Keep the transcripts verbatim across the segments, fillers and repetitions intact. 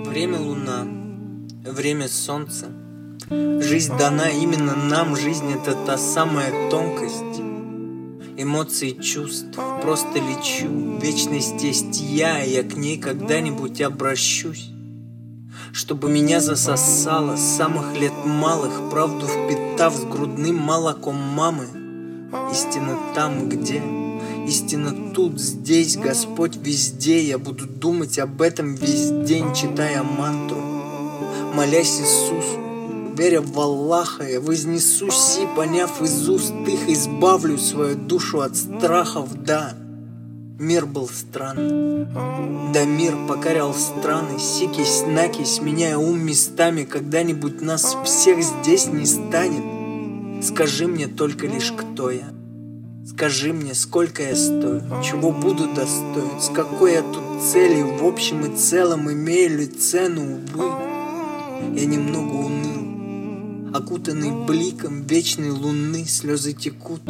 Время луна, время солнце. Жизнь дана именно нам, жизнь — это та самая тонкость эмоций и чувств. Просто лечу, в вечность есть я, и я к ней когда-нибудь обращусь. Чтобы меня засосало с самых лет малых, правду впитав с грудным молоком мамы. Истина там, где, истина тут, здесь, Господь везде. Я буду думать об этом весь день, читая мантру, молясь Иисусу, веря в Аллаха. Я вознесусь и, поняв из уст их, избавлю свою душу от страхов. Да, мир был странный, да, мир покорял страны, сикись-накись, меняя ум местами. Когда-нибудь нас всех здесь не станет. Скажи мне только лишь, кто я. Скажи мне, сколько я стою, чего буду достоин, с какой я тут целью, в общем и целом имею ли цену, увы. Я немного уныл, окутанный бликом вечной луны, слезы текут,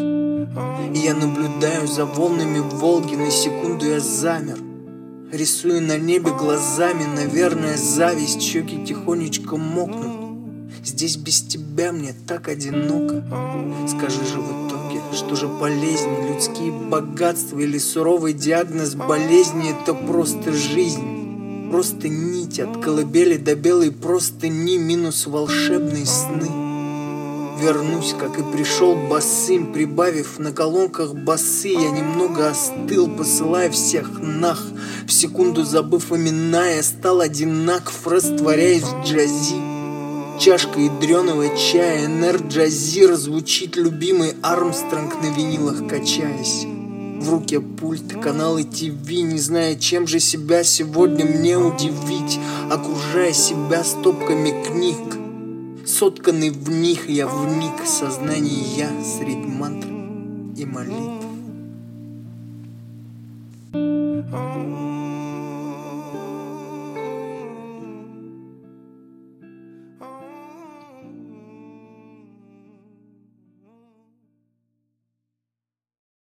и я наблюдаю за волнами Волги. На секунду я замер, рисую на небе глазами, наверное, зависть, щеки тихонечко мокнут. Здесь без тебя мне так одиноко. Скажи же в итоге, что же полезнее, людские богатства или суровый диагноз болезни? Это просто жизнь, просто нить от колыбели до белой простыни, минус волшебные сны. Вернусь, как и пришел, босым, прибавив на колонках басы. Я немного остыл, посылая всех нах. В секунду забыв имена, я стал одинаков, растворяясь в джази. Чашка ядреного чая, энерджазир, звучит любимый Армстронг на винилах, качаясь. В руке пульт, каналы ТВ, не зная, чем же себя сегодня мне удивить, окружая себя стопками книг, сотканный в них я вник, сознание я средь мантр и молитв.